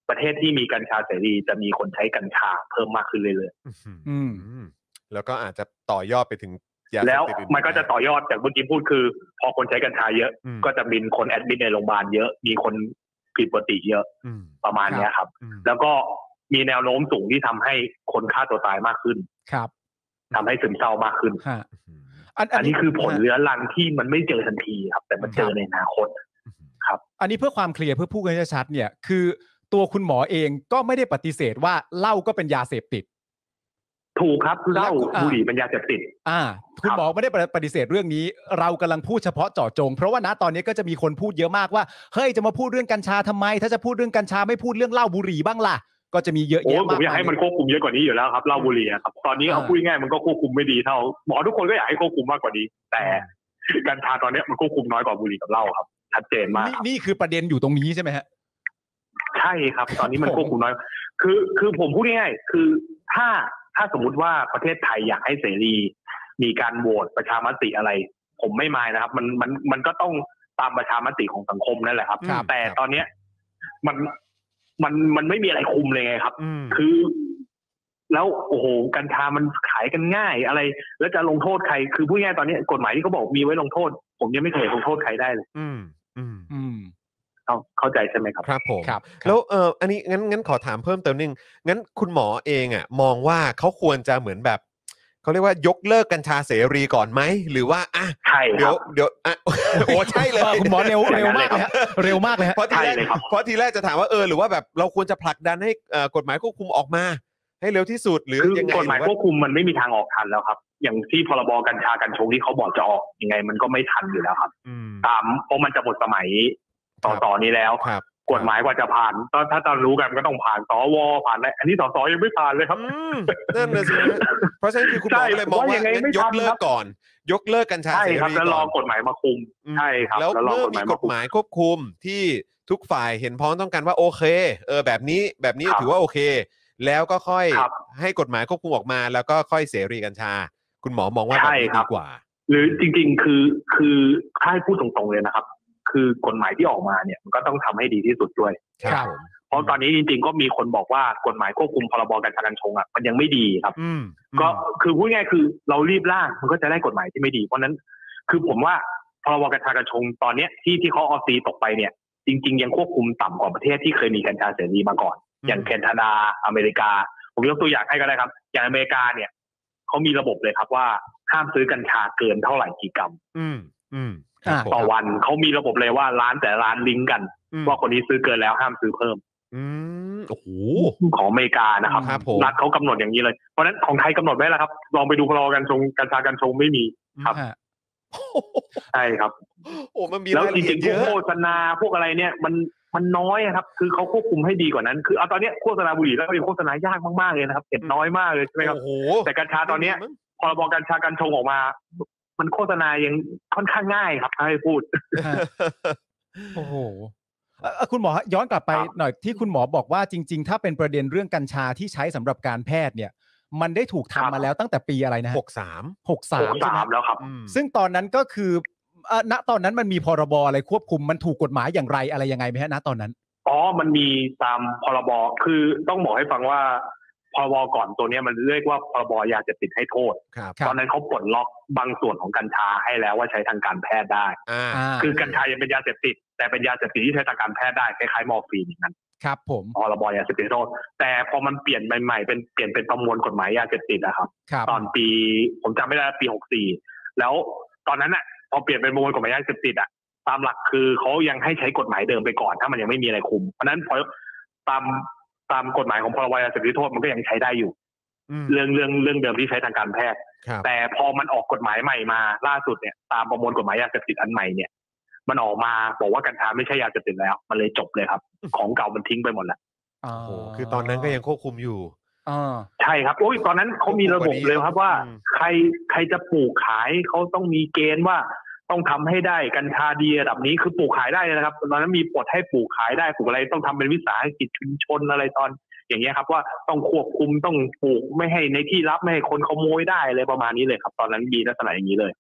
ประเทศที่มีกัญชาเสรีจะมีคนใช้กัญชาเพิ่มมากขึ้นเรื่อยอืมแล้วก็อาจจะต่อยอดไปถึงยาเสพติดแล้วมันก็จะต่อยอดจากเมื่อกี้พูดคือพอคนใช้กัญชาเยอะก็จะมีคนแอดมิดในโรงพยาบาลเยอะมีคนผิดปกติเยอะประมาณนี้ครับแล้วก็มีแนวโน้มสูงที่ทำให้คนฆ่าตัวตายมากขึ้นครับทำให้ซึมเศร้ามากขึ้นอันอันนี้คือผลเรื้อรังที่มันไม่เจอทันทีครับแต่มันเจอในอนาคตครับอันนี้เพื่อความเคลียร์เพื่อพูดกันชัดๆเนี่ยคือตัวคุณหมอเองก็ไม่ได้ปฏิเสธว่าเหล้าก็เป็นยาเสพติดถูกครับเหล้าบุหรี่เป็นยาเสพติดอ่าคุณหมอไม่ได้ปฏิเสธเรื่องนี้เรากำลังพูดเฉพาะเจาะจงเพราะว่าณตอนนี้ก็จะมีคนพูดเยอะมากว่าเฮ้ยจะมาพูดเรื่องกัญชาทำไมถ้าจะพูดเรื่องกัญชาไม่พูดเรื่องเหล้าบุหรี่บ้างล่ะก็จะมีเยอะแยะมากผมอยากให้มันควบคุมเยอะกว่านี้อยู่แล้วครับเหล้าบุหรี่ครับตอนนี้เอาพูดง่ายมันก็ควบคุมไม่ดีเท่าหมอทุกคนก็อยากให้ควบคุมมากกว่านี้แต่กัญชาตอนนี้มันควบคุมน้อยกว่าบุหรี่กับเหล้าครับชัดเจนมากนี่คือประเด็นอยู่ตรงนี้ใช่ไหมฮะใช่ครับตอนนี้มันควบคุมน้อยคือคือผมพูดง่ายๆคือถ้าถ้าสมมุติว่าประเทศไทยอยากให้เสรีมีการโหวตประชามติอะไรผมไม่มายนะครับมันมันมันก็ต้องตามประชามติของสังคมนั่นแหละครับแต่ตอนเนี้ยมันมันมันไม่มีอะไรคุมเลยไงครับคือแล้วโอ้โหกัญชามันขายกันง่ายอะไรแล้วจะลงโทษใครคือพูดง่ายตอนนี้กฎหมายที่เขาบอกมีไว้ลงโทษผมยังไม่เคยลงโทษใครได้เลยอืมอืมอืมเข้าใจใช่ไหมครับครับผมแล้วเอออันนี้งั้นงั้นขอถามเพิ่มเติมนึงงั้นคุณหมอเองอ่ะมองว่าเขาควรจะเหมือนแบบเขาเรียกว่ายกเลิกกัญชาเสรีก่อนไหมหรือว่าอ่ะเดี๋ยวเดี๋ยวอ่ะโอ้ใช่เลยคุณหมอเร็วเร็วมากเลยเร็วมากเลยเพราะทีแรกเพราะทีแรกจะถามว่าเออหรือว่าแบบเราควรจะผลักดันให้กฎหมายควบคุมออกมาให้เร็วที่สุดหรือยังไงกฎหมายควบคุมมันไม่มีทางออกทันแล้วครับอย่างที่พรบกัญชากัญชงที่เขาบอกจะออกยังไงมันก็ไม่ทันอยู่แล้วครับตามเพราะมันจะหมดสมัยต่อต่อนี้แล้วกฎหมายกว่าจะผ่านถ้าตอนรู้กันก็ต้องผ่านสวผ่านอะไรอันนี้สสยังไม่ผ่านเลยครับนั่นเลยสิเพราะฉะนั้นคือคุณหมอเลยมองว่างั้นยกเลิกก่อนยกเลิกกัญชาเสรีก่อนแล้วรอกฎหมายมาคุมใช่ครับแล้วเมื่อมีกฎหมายควบคุมที่ทุกฝ่ายเห็นพ้องต้องการว่าโอเคเออแบบนี้แบบนี้ถือว่าโอเคแล้วก็ค่อยให้กฎหมายควบคุมออกมาแล้วก็ค่อยเสรีกัญชาคุณหมอมองว่าแบบนี้ดีกว่าหรือจริงๆคือคือถ้าให้พูดตรงๆเลยนะครับคือกฎหมายที่ออกมาเนี่ยมันก็ต้องทำให้ดีที่สุดด้วยครับเพราะตอนนี้จริงๆก็มีคนบอกว่ากฎหมายควบคุมพรบกัญชากัญชงอ่ะมันยังไม่ดีครับก็คือพูดง่ายคือเรารีบร่างมันก็จะได้กฎหมายที่ไม่ดีเพราะนั้นคือผมว่าพรบกัญชากัญชงตอนเนี้ยที่ที่เขาเอาตีตกไปเนี่ยจริงๆยังควบคุมต่ำกว่าประเทศที่เคยมีกัญชาเสรีมาก่อนอย่างแคนาดาอเมริกาผมยกตัวอย่างให้ก็ได้ครับอย่างอเมริกาเนี่ยเขามีระบบเลยครับว่าห้ามซื้อกัญชาเกินเท่าไหร่กี่กรัมอืมอืมต่อวันเขามีระบบเลยว่าร้านแต่ร้านลิงก์กันว่าคนนี้ซื้อเกินแล้วห้ามซื้อเพิ่มอืมโอ้โหของอเมริกานะครับรัฐเขากำหนดอย่างนี้เลยเพราะฉะนั้นของไทยกำหนดไว้แล้วครับลองไปดูพรบกัญชงกัญชากัญชงไม่มีครับใช่ครับโอ้มันมีแล้วจริงๆพวกโฆษณาพวกอะไรเนี่ยมันมันน้อยครับคือเขาควบคุมให้ดีกว่านั้นคือเอาตอนนี้โฆษณาบุหรี่แล้วเป็นโฆษณายากมากๆเลยนะครับเห็นน้อยมากเลยใช่ไหมครับแต่กัญชาตอนนี้พรบกัญชากัญชงออกมามันโฆษณายังค่อนข้างง่ายครับให้พูดโอ้โหคุณหมอย้อนกลับไปหน่อยที่คุณหมอบอกว่าจริงๆถ้าเป็นประเด็นเรื่องกัญชาที่ใช้สำหรับการแพทย์เนี่ยมันได้ถูกทำมาแล้วตั้งแต่ปีอะไรนะหกสามหกสามใช่ไหมแล้วครับซึ่งตอนนั้นก็คือณตอนนั้นมันมีพรบอะไรควบคุมมันถูกกฎหมายอย่างไรอะไรยังไงไหมฮะณตอนนั้นอ๋อมันมีตามพรบคือต้องบอกให้ฟังว่าพรบก่อนตัวนี้มันเรียกว่าพรบยาเสพติดให้โทษตอนนั้นเขาปลดล็อกบางส่วนของกัญชาให้แล้วว่าใช้ทางการแพทย์ได้คือกัญชายังเป็นยาเสพติดแต่เป็นยาเสพติดที่ใช้ทางการแพทย์ได้คล้ายๆมอร์ฟีนอย่างนั้นครับผมพรบยาเสพติดโทษแต่พอมันเปลี่ยนใหม่ๆเป็นเปลี่ยนเป็นประมวลกฎหมายยาเสพติดนะครับตอนปีผมจำไม่ได้ปีหกสี่แล้วตอนนั้นอ่ะพอเปลี่ยนเป็นประมวลกฎหมายยาเสพติดอ่ะตามหลักคือเขายังให้ใช้กฎหมายเดิมไปก่อนถ้ามันยังไม่มีอะไรคุมเพราะนั้นพอตามตามกฎหมายของพรบยาเสพติดโทษมันก็ยังใช้ได้อยู่เรื่องเรื่องเรื่องเดิมที่ใช้ทางการแพทย์แต่พอมันออกกฎหมายใหม่มาล่าสุดเนี่ยตามประมวลกฎหมายยาเสพติดอันใหม่เนี่ยมันออกมาบอกว่ากัญชาไม่ใช่ยาเสพติดแล้วมันเลยจบเลยครับของเก่ามันทิ้งไปหมดแล้วโอ้โหคือตอนนั้นก็ยังควบคุมอยู่ใช่ครับโอ้ยตอนนั้นเขามีระบบเลยครับว่าใครใครจะปลูกขายเขาต้องมีเกณฑ์ว่าต้องทำให้ได้กัญชาดีระดับนี้คือปลูกขายได้นะครับตอนนั้นมีปลดให้ปลูกขายได้ปลูกอะไรต้องทำเป็นวิสาหกิจชุมชนอะไรตอนอย่างเงี้ยครับว่าต้องควบคุมต้องปลูกไม่ให้ในที่รับไม่ให้คนขโมยได้อะไรประมาณนี้เลยครับตอนนั้นมีลักษณะอย่างนี้เลย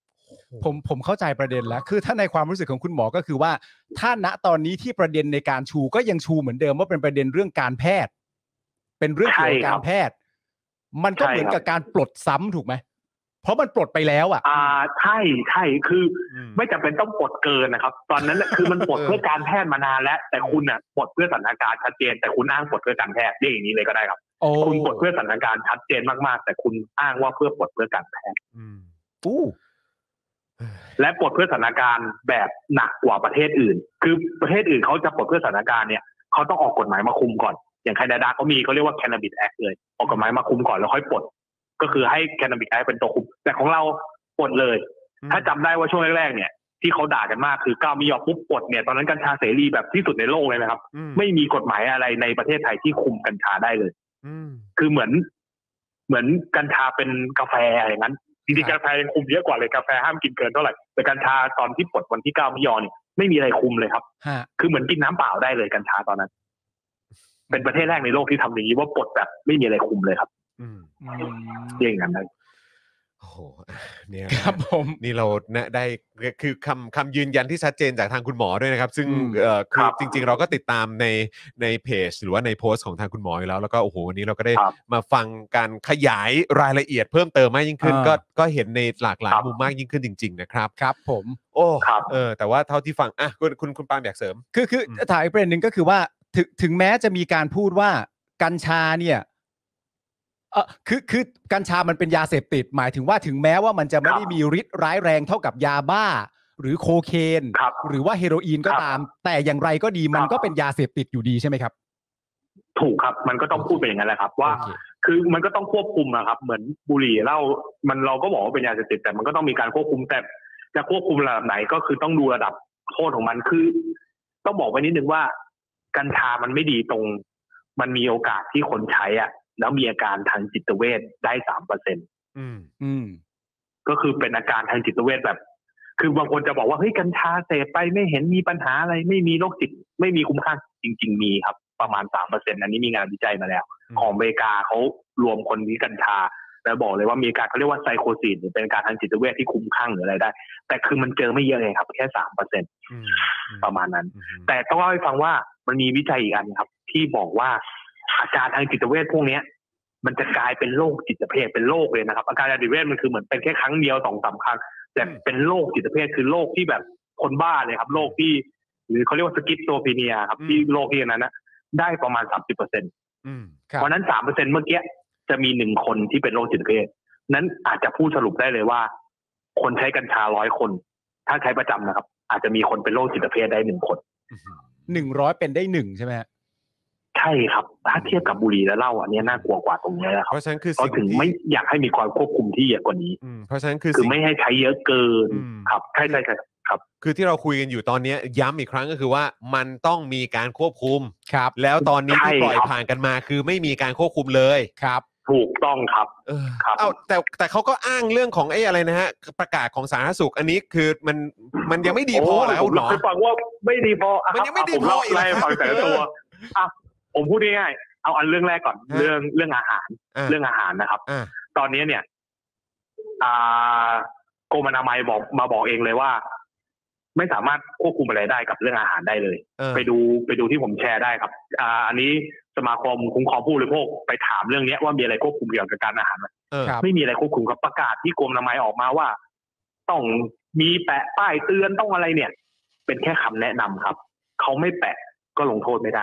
ผมผมเข้าใจประเด็นแล้วคือถ้าในความรู้สึกของคุณหมอก็คือว่าถ้าณตอนนี้ที่ประเด็นในการชูก็ยังชูเหมือนเดิมว่าเป็นประเด็นเรื่องการแพทย์เป็นเรื่องเกี่ยวกับการแพทย์มันก็เหมือนกับการปลดซ้ำถูกไหมเพราะมันปลดไปแล้วอ่ะอ่าใช่ใช่คือไม่จำเป็นต้องปลดเกินนะครับตอนนั้นคือมันปลดเพื่อการแพทย์มานานแล้วแต่คุณอ่ะปลดเพื่อสถานการณ์ชัดเจนแต่คุณอ้างปลดเพื่อการแพทย์เรียกอย่างนี้เลยก็ได้ครับคุณปลดเพื่อสถานการณ์ชัดเจนมากๆแต่คุณอ้างว่าเพื่อปลดเพื่อการแพทย์อู้และปลดเพื่อสถานการณ์แบบหนักกว่าประเทศอื่นคือประเทศอื่นเขาจะปลดเพื่อสถานการณ์เนี่ยเขาต้องออกกฎหมายมาคุมก่อนอย่างแคนาดาเขามีเขาเรียกว่า Cannabis Act เลยออกกฎหมายมาคุมก่อนแล้วค่อยปลดก็คือให้ Cannabis Act เป็นตัวคุมแต่ของเราปลดเลยถ้าจำได้ว่าช่วงแรกๆเนี่ยที่เขาด่ากันมากคือก้าวมียอปุ๊บปลดเนี่ยตอนนั้นกัญชาเสรีแบบที่สุดในโลกเลยนะครับไม่มีกฎหมายอะไรในประเทศไทยที่คุมกัญชาได้เลยคือเหมือนเหมือนกัญชาเป็นกาแฟอย่างนั้นจริงๆกาแฟยังคุมเยอะกว่าเลยกาแฟห้ามกินเกินเท่าไหร่แต่กัญชาตอนที่ปลดวันที่เก้ามิยอเนี่ยไม่มีอะไรคุมเลยครับคือเหมือนกินน้ำเปล่าได้เลยกัญชาตอนนั้นเป็นประเทศแรกในโลกที่ทำอย่างนี้ว่าปลดแบบไม่มีอะไรคุมเลยครับอย่างนั้นเลยโอ้โหเนี่ยครับผมนี่เราได้คือคำคำยืนยันที่ชัดเจนจากทางคุณหมอด้วยนะครับซึ่งเอ่อคือจริงๆเราก็ติดตามในในเพจหรือว่าในโพสต์ของทางคุณหมออยู่แล้วแล้วก็โอ้โหวันนี้เราก็ได้มาฟังการขยายรายละเอียดเพิ่มเติมมากยิ่งขึ้นก็ก็เห็นในหลากหลายมุมมากยิ่งขึ้นจริงๆนะครับครับผมโอ้เออแต่ว่าเท่าที่ฟังอ่ะคุณคุณคุณปาล์มอยากเสริมคือคือถ่ายประเด็นนึงก็คือว่าถึงถึงแม้จะมีการพูดว่ากัญชาเนี่ยเออคือคือกัญชามันเป็นยาเสพติดหมายถึงว่าถึงแม้ว่ามันจะไม่ได้มีฤทธิ์ร้ายแรงเท่ากับยาบ้าหรือโคเคนหรือว่าเฮโรอีนก็ตามแต่อย่างไรก็ดีมันก็เป็นยาเสพติดอยู่ดีใช่ไหมครับถูกครับมันก็ต้องพูดไปอย่างนั้นแหละครับว่าคือมันก็ต้องควบคุมนะครับเหมือนบุหรี่เหล้ามันเราก็บอกว่าเป็นยาเสพติดแต่มันก็ต้องมีการควบคุมแต่จะควบคุมระดับไหนก็คือต้องดูระดับโทษของมันคือต้องบอกไว้นิดนึงว่ากัญชามันไม่ดีตรงมันมีโอกาสที่คนใช้อ่ะแล้วมีอาการทางจิตเวชได้ สามเปอร์เซ็นต์อืมอืมก็คือเป็นอาการทางจิตเวชแบบคือบางคนจะบอกว่าเฮ้ยกัญชาเสพไปไม่เห็นมีปัญหาอะไรไม่มีโรคจิตไม่มีคุ้มข้างจริงๆมีครับประมาณ สามเปอร์เซ็นต์ อันนี้มีงานวิจัยมาแล้วของอเมริกาเขารวมคนนี้กัญชาแล้วบอกเลยว่ามีการเขาเรียกว่าไซโคซิสหรือเป็นการทางจิตเวชที่คุ้มข้างหรืออะไรได้แต่คือมันเจอไม่เยอะเลยครับแค่ สามเปอร์เซ็นต์ ประมาณนั้นแต่ต้องเล่าให้ฟังว่ามันมีวิจัยอีกอันครับที่บอกว่าอาการทางจิตเวชพวกนี้มันจะกลายเป็นโรคจิตเภทเป็นโรคเลยนะครับอาการทางจิตเวชมันคือเหมือนเป็นแค่ครั้งเดียวสองสามครั้งแต่เป็นโรคจิตเภทคือโรคที่แบบคนบ้าเลยครับโรคที่หรือเขาเรียกว่าสกิสโซฟีเนียครับที่โรคที่นั้นนะได้ประมาณ สามสิบเปอร์เซ็นต์ เพราะนั้น สามเปอร์เซ็นต์ เมื่อกี้จะมีหนึ่งคนที่เป็นโรคจิตเภทนั้นอาจจะพูดสรุปได้เลยว่าคนใช้กัญชาร้อยคนถ้าใช้ประจำนะครับอาจจะมีคนเป็นโรคจิตเภทได้หนึ่งคนหนึ่งร้อยเป็นได้หนึ่งใช่ไหมใช่ครับถ้าเทียบกับบุหรี่และเหล้าอันนี้น่ากลัวกว่าตรงนี้นะครับเพราะฉะนั้นคือเขาถึงไม่อยากให้มีความควบคุมที่เยอะกว่านี้เพราะฉะนั้นคือคือไม่ให้ใช้เยอะเกินครับใช่ใช่ครับคือที่เราคุยกันอยู่ตอนนี้ย้ำอีกครั้งก็คือว่ามันต้องมีการควบคุมครับแล้วตอนนี้ที่ปล่อยผ่านกันมาคือไม่มีการควบคุมเลยครับถูกต้องครับเออครับเอ้าแต่แต่เขาก็อ้างเรื่องของไอ้อะไรนะฮะประกาศของสาธารณสุขอันนี้คือมันมันยังไม่ดีพอแล้วหรอผมฟังว่าไม่ดีพอมันยังไม่ดีพออีกแล้วฟังแต่ตัวอ่ะผมพูดง่ายๆเอาอันเรื่องแรกก่อนเรื่องเรื่องอาหารเรื่องอาหารนะครับตอนนี้เนี่ยอ่ากรมอนามัยบอกมาบอกเองเลยว่าไม่สามารถควบคุมอะไรได้กับเรื่องอาหารได้เลยไปดูไปดูที่ผมแชร์ได้ครับอ่าอันนี้สมาคมคุ้มครองผู้บริโภคไปถามเรื่องนี้ว่ามีอะไรควบคุมเกี่ยวกับการอาหารไหมไม่มีอะไรควบคุมกับประกาศที่กรมอนามัยออกมาว่าต้องมีแปะป้ายเตือนต้องอะไรเนี่ยเป็นแค่คำแนะนำครับเขาไม่แปะก็ลงโทษไม่ได้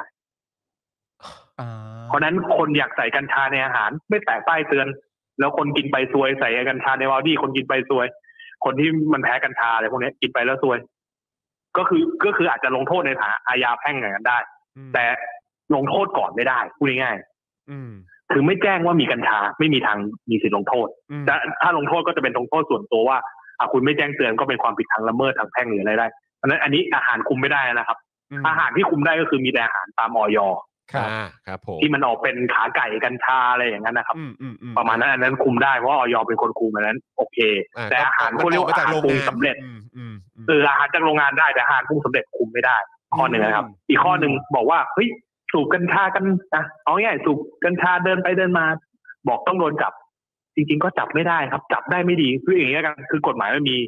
เพราะนั้นคนอยากใส่กัญชาในอาหารไม่แปะป้ายเตือนแล้วคนกินไปซวยใส่กัญชาในวาดี้คนกินไปซวยคนที่มันแพ้กัญชาอะไรพวกนี้กินไปแล้วซวยก็คือก็คืออาจจะลงโทษในฐานะอาญาแพ่งอย่างนั้นได้แต่ลงโทษก่อนไม่ได้พูดง่ายๆคือไม่แจ้งว่ามีกัญชาไม่มีทางมีสิทธิลงโทษแต่ถ้าลงโทษก็จะเป็นลงโทษส่วนตัวว่าคุณไม่แจ้งเตือนก็เป็นความผิดทางละเมิดทางแพ่งหรืออะไรได้เพราะนั้นอันนี้อาหารคุมไม่ได้นะครับอาหารที่คุมได้ก็คือมีแต่อาหารตามอย. ครับผมที่มันออกเป็นขาไก่กัญชาอะไรอย่างนั้นนะครับประมาณนั้นอันนั้นคุมได้เพราะอย.เป็นคนคุมอันนั้นโอเคแต่อาหารเขาเรียกว่าอาหารปรุงสำเร็จเอออาหารจากโรงงานได้แต่อาหารปรุงสำเร็จคุมไม่ได้ข้อหนึ่งนะครับอีกข้อหนึ่งบอกว่าเฮ้ยสูบกัญชากันนะเอาง่ายๆสูบกัญชาเดินไปเดินมาบอกต้องโดนจับจริงๆก็จับไม่ได้ครับจับได้ไม่ดีคืออย่างเงี้ยกันคือกฎหมายมันมี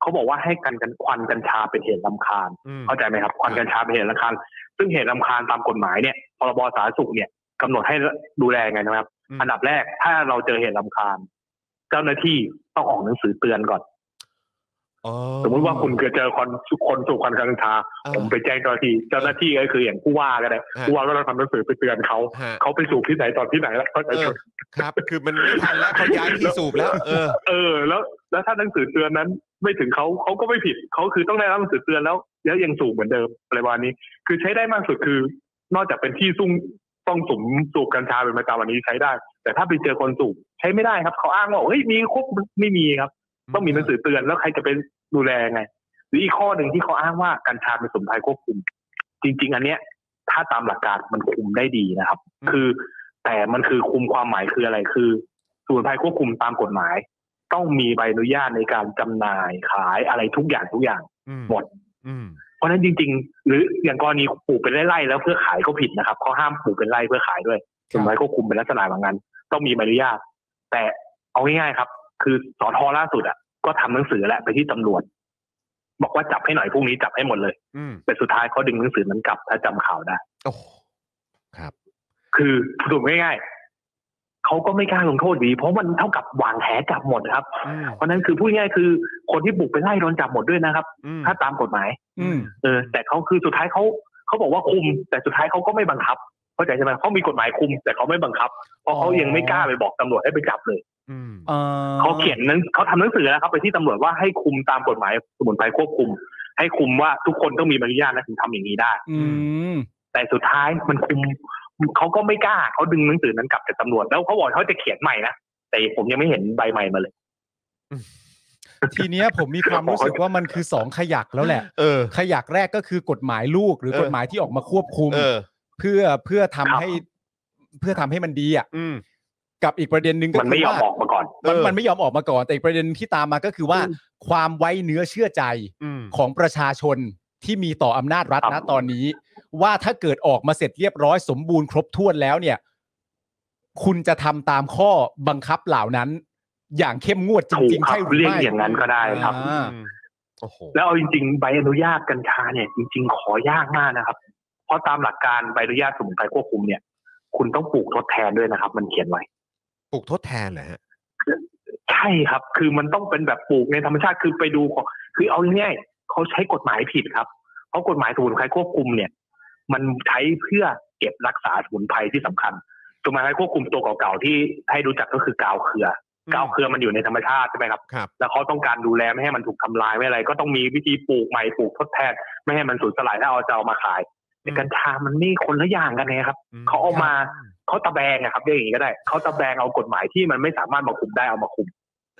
เขาบอกว่าให้กันกันควันกัญชาเป็นเหตุรำคาญเข้าใจไหมครับควันกัญชาเป็นเหตุรำคาญซึ่งเหตุรำคาญตามกฎหมายเนี่ยพรบสาธารณสุขเนี่ยกำหนดให้ดูแลไงนะครับอันดับแรกถ้าเราเจอเหตุรำคาญเจ้าหน้าที่ต้องออกหนังสือเตือนก่อนสมมติว่าคุณเกิดเจอคนคนสูบควันกัญชาผมไปแจ้งเจ้าหน้าที่เจ้าหน้าที่ก็คืออย่างผู้ว่าก็ได้ผู้ว่าก็ต้องทำหนังสือไปเตือนเขาเขาไปสูบที่ไหนตอนที่ไหนแล้วเขาจะครับคือมันไม่ทันแล้วเขาย้ายที่สูบแล้วเออเออแล้วแล้วถ้าหนังสือเตือนนั้นไม่ถึงเขาเขาก็ไม่ผิดเขาคือต้องได้รับหนังสือเตือนแล้วแล้วยังสูบเหมือนเดิมอะไรประมาณนี้คือใช้ได้มากสุดคือนอกจากเป็นที่ซุ่มต้องสูบสูบกัญชาเป็นประจำวันนี้ใช้ได้แต่ถ้าไปเจอคนสูบใช้ไม่ได้ครับเขาอ้างว่าเฮ้ยมีครบไม่มีครับต้องมีหนังสือเตือนแล้วใครจะเป็นดูแลไงหรืออีกข้อหนึ่งที่เขาอ้างว่ากัญชาเป็นสมุนไพรควบคุมจริงๆอันเนี้ยถ้าตามหลักการมันคุมได้ดีนะครับคือแต่มันคือคุมความหมายคืออะไรคือสมุนไพรควบคุมตามกฎหมายต้องมีใบอนุญาตในการจำหน่ายขายอะไรทุกอย่างทุกอย่างหมดเพราะฉะนั้นจริงๆหรืออย่างกรณีปลูกเป็นไร่ๆแล้วเพื่อขายก็ผิดนะครับเขาห้ามปลูกเป็นไร่เพื่อขายด้วยสมุนไพรควบคุมเป็นลักษณะแบบนั้นต้องมีใบอนุญาตแต่เอาง่ายๆครับคือสทล่าสุดอ่ะก็ทำหนังสือแหละไปที่ตำรวจบอกว่าจับให้หน่อยพรุ่งนี้จับให้หมดเลยแต่สุดท้ายเขาดึงหนังสือนั้นกลับถ้าจำข่าวได้โอ้ครับคือถูกง่ายๆเขาก็ไม่กล้าลงโทษดีเพราะมันเท่ากับวางแผนจับหมดครับเพราะนั้นคือพูดง่ายคือคนที่บุกไปไล่โดนจับหมดด้วยนะครับถ้าตามกฎหมายเออแต่เขาคือสุดท้ายเขาเขาบอกว่าคุมแต่สุดท้ายเขาก็ไม่บังคับเข้าใจใช่ไหมเขามีกฎหมายคุมแต่เขาไม่บังคับเพราะเขายังไม่กล้าไปบอกตำรวจให้ไปจับเลยเขาเขียนนั้นเขาทำหนังสือแล้วครับไปที่ตำรวจว่าให้คุมตามกฎหมายสมุนไพรควบคุมให้คุมว่าทุกคนต้องมีใบอนุญาตนะถึงทำอย่างนี้ได้แต่สุดท้ายมันคุมเขาก็ไม่กล้าเขาดึงหนังสือนั้นกลับจากตำรวจแล้วเขาบอกเขาจะเขียนใหม่นะแต่ผมยังไม่เห็นใบใหม่มาเลยทีเนี้ยผมมีความรู้สึกว่ามันคือสองขยักแล้วแหละเออขยักแรกก็คือกฎหมายลูกหรือกฎหมายที่ออกมาควบคุมเพื่อเพื่อทำให้เพื่อทำให้มันดีอ่ะกับอีกประเด็นหนึ่งก็คือว่ามันไม่ยอมออกมาก่อนมันมันไม่ยอมออกมาก่อนแต่อีกประเด็นที่ตามมาก็คือว่าความไว้เนื้อเชื่อใจของประชาชนที่มีต่ออำนาจรัฐณตอนนี้ว่าถ้าเกิดออกมาเสร็จเรียบร้อยสมบูรณ์ครบถ้วนแล้วเนี่ยคุณจะทำตามข้อบังคับเหล่านั้นอย่างเข้มงวดจริงๆใช่หรือไม่เรียกอย่างนั้นก็ได้ครับแล้วเอาจริงๆใบอนุญาตกัญชาเนี่ยจริงๆขอยากมากนะครับเพราะตามหลักการใบอนุญาตสมุนไพรควบคุมเนี่ยคุณต้องปลูกทดแทนด้วยนะครับมันเขียนไว้ปลูกทดแทนเหรอฮะใช่ครับคือมันต้องเป็นแบบปลูกในธรรมชาติคือไปดูคือเอาง่ายๆเขาใช้กฎหมายผิดครับเพราะกฎหมายสมุนไพรควบคุมเนี่ยมันใช้เพื่อเก็บรักษาสมุนไพรที่สำคัญสมุนไพรควบคุมตัวเก่าๆที่ให้รู้จักก็คือกาวเครือกาวเครือมันอยู่ในธรรมชาติใช่ไหมครับแล้วเขาต้องการดูแลไม่ให้มันถูกทำลายไม่อะไรก็ต้องมีวิธีปลูกใหม่ปลูกทดแทนไม่ให้มันสูญสลายถ้าเอาจะเอามาขายแต่กัญชามันนี่คนละอย่างกันนะครับเขาเอามาเขาตะแบงนะครับเรียกอย่างนี้ก็ได้เขาตะแบงเอากฎหมายที่มันไม่สามารถมาคุมได้เอามาคุม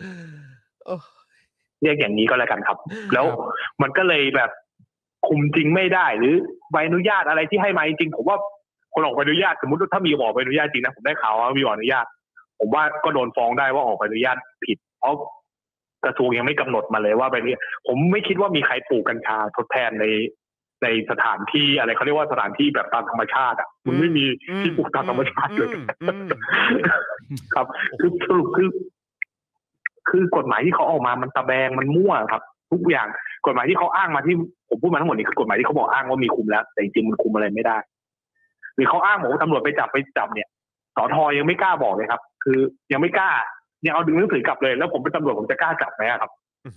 เรียกอย่างนี้ก็แล้วกันครับแล้วมันก็เลยแบบคุมจริงไม่ได้หรือใบอนุญาตอะไรที่ให้มาจริงผมว่าคนออกใบอนุญาตสมมติถ้ามีบอกใบอนุญาตจริงนะผมได้ข่าวว่ามีอนุญาตผมว่าก็โดนฟ้องได้ว่าออกใบอนุญาตผิดเพราะกระทรวงยังไม่กำหนดมาเลยว่าแบบนี้ผมไม่คิดว่ามีใครปลูกกัญชาทดแทนในในสถานที่อะไรเขาเรียกว่าสถานที่แบบตามธรรมชาติอ่ะมันไม่มีที่ปลูกตามธรรมชาติเลยครับคือสรุปคือคือกฎหมายที่เขาออกมามันตะแบงมันมั่วครับทุกอย่างกฎหมายที่เขาอ้างมาที่ผมพูดมาทั้งหมดนี้คือกฎหมายที่เขาบอกอ้างว่ามีคุมแล้วแต่จริงๆมันคุมอะไรไม่ได้หรือเขาอ้างบอกว่าตำรวจไปจับไปจับเนี่ยสทยังไม่กล้าบอกเลยครับคือยังไม่กล้ายังเอาดึงหนังสือกลับเลยแล้วผมเป็นตำรวจผมจะกล้าจับไหมครับ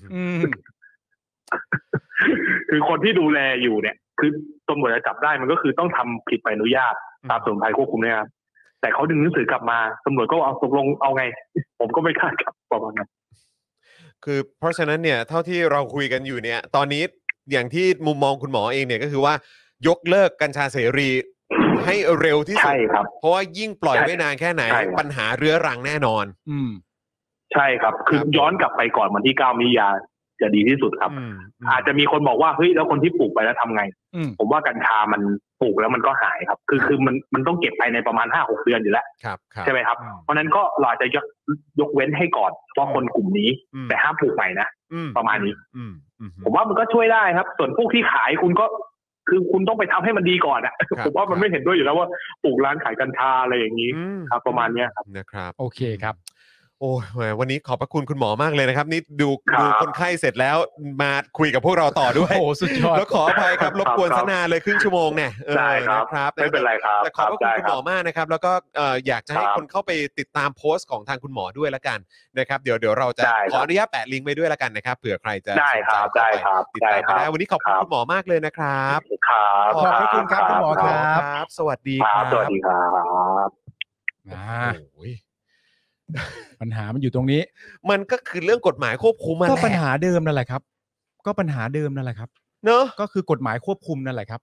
คือคนที่ดูแลอยู่เนี่ยคือตำรวจจะจับได้มันก็คือต้องทำผิดใบอนุญาตตามสมุนไพรควบคุมเนี่ยครับแต่เขาดึงหนังสือกลับมาตำรวจก็เอาตกลงเอาไงผมก็ไม่กล้าจับประมาณนั้นคือเพราะฉะนั้นเนี่ยเท่าที่เราคุยกันอยู่เนี่ยตอนนี้อย่างที่มุมมองคุณหมอเองเนี่ยก็คือว่ายกเลิกกัญชาเสรีให้เร็วที่สุดเพราะว่ายิ่งปล่อยไว้นานแค่ไหนปัญหาเรื้อรังแน่นอนอืมใช่ครับคือย้อนกลับไปก่อนวันที่เก้ามีนาจะดีที่สุดครับอาจจะมีคนบอกว่าเฮ้ยแล้วคนที่ปลูกไปแล้วทำไงผมว่ากัญชามันปลูกแล้วมันก็หายครับคือคือมันมันต้องเก็บภายในประมาณ ห้าหก เดือนอยู่แล้วใช่ไหมครับเพราะนั้นก็เราจะยกยกเว้นให้ก่อนว่าคนกลุ่มนี้แต่ห้ามปลูกใหม่นะประมาณนี้ผมว่ามันก็ช่วยได้ครับส่วนพวกที่ขายคุณก็คือคุณต้องไปทำให้มันดีก่อนอ่ะผมว่ามันไม่เห็นด้วยอยู่แล้วว่าปลูกร้านขายกัญชาอะไรอย่างนี้ครับประมาณนี้ครับนะครับโอเคครับโอ้ยวันนี้ขอบพระคุณคุณหมอมากเลยนะครับนี่ดูครับดูคนไข้เสร็จแล้วมาคุยกับพวกเราต่อด้วยโอ้โหสุดยอดแล้วขออภัยครับรบกวนซะนานเลยครึ่งชั่วโมงเนี่ยเออได้ครับนะครับไม่เป็นไรครับแต่ขอบพระคุณได้คุณคหมรับอมากนะครับ แล้วก็เอ่ออยากจะให้ครับคนเข้าไปติดตามโพสต์ของทางคุณหมอด้วยละกันนะครับเดี๋ยวเดี๋ยวเราจะได้ขครัอบ อนุญาตแปะลิงก์ไปด้วยละกันนะครับเผื่อใครจะได้ครับสนใจได้ครับเข้าไปติดตามได้ครับได้วันนี้ขอบคุณครับคุณหมอมากเลยนะครับครับขอบพระคุณครับคุณหมอครับครับ สวัสดีคครัรับบ สวัสดีครับอ่าโอ้ยปัญหามันอยู่ตรงนี้มันก็คือเรื่องกฎหมายควบคุมมาก็แหละปัญหาเดิมนั่นแหละครับ ก็ปัญหาเดิมนั่นแหละครับเนอะก็คือกฎหมายควบคุมนั่นแหละครับ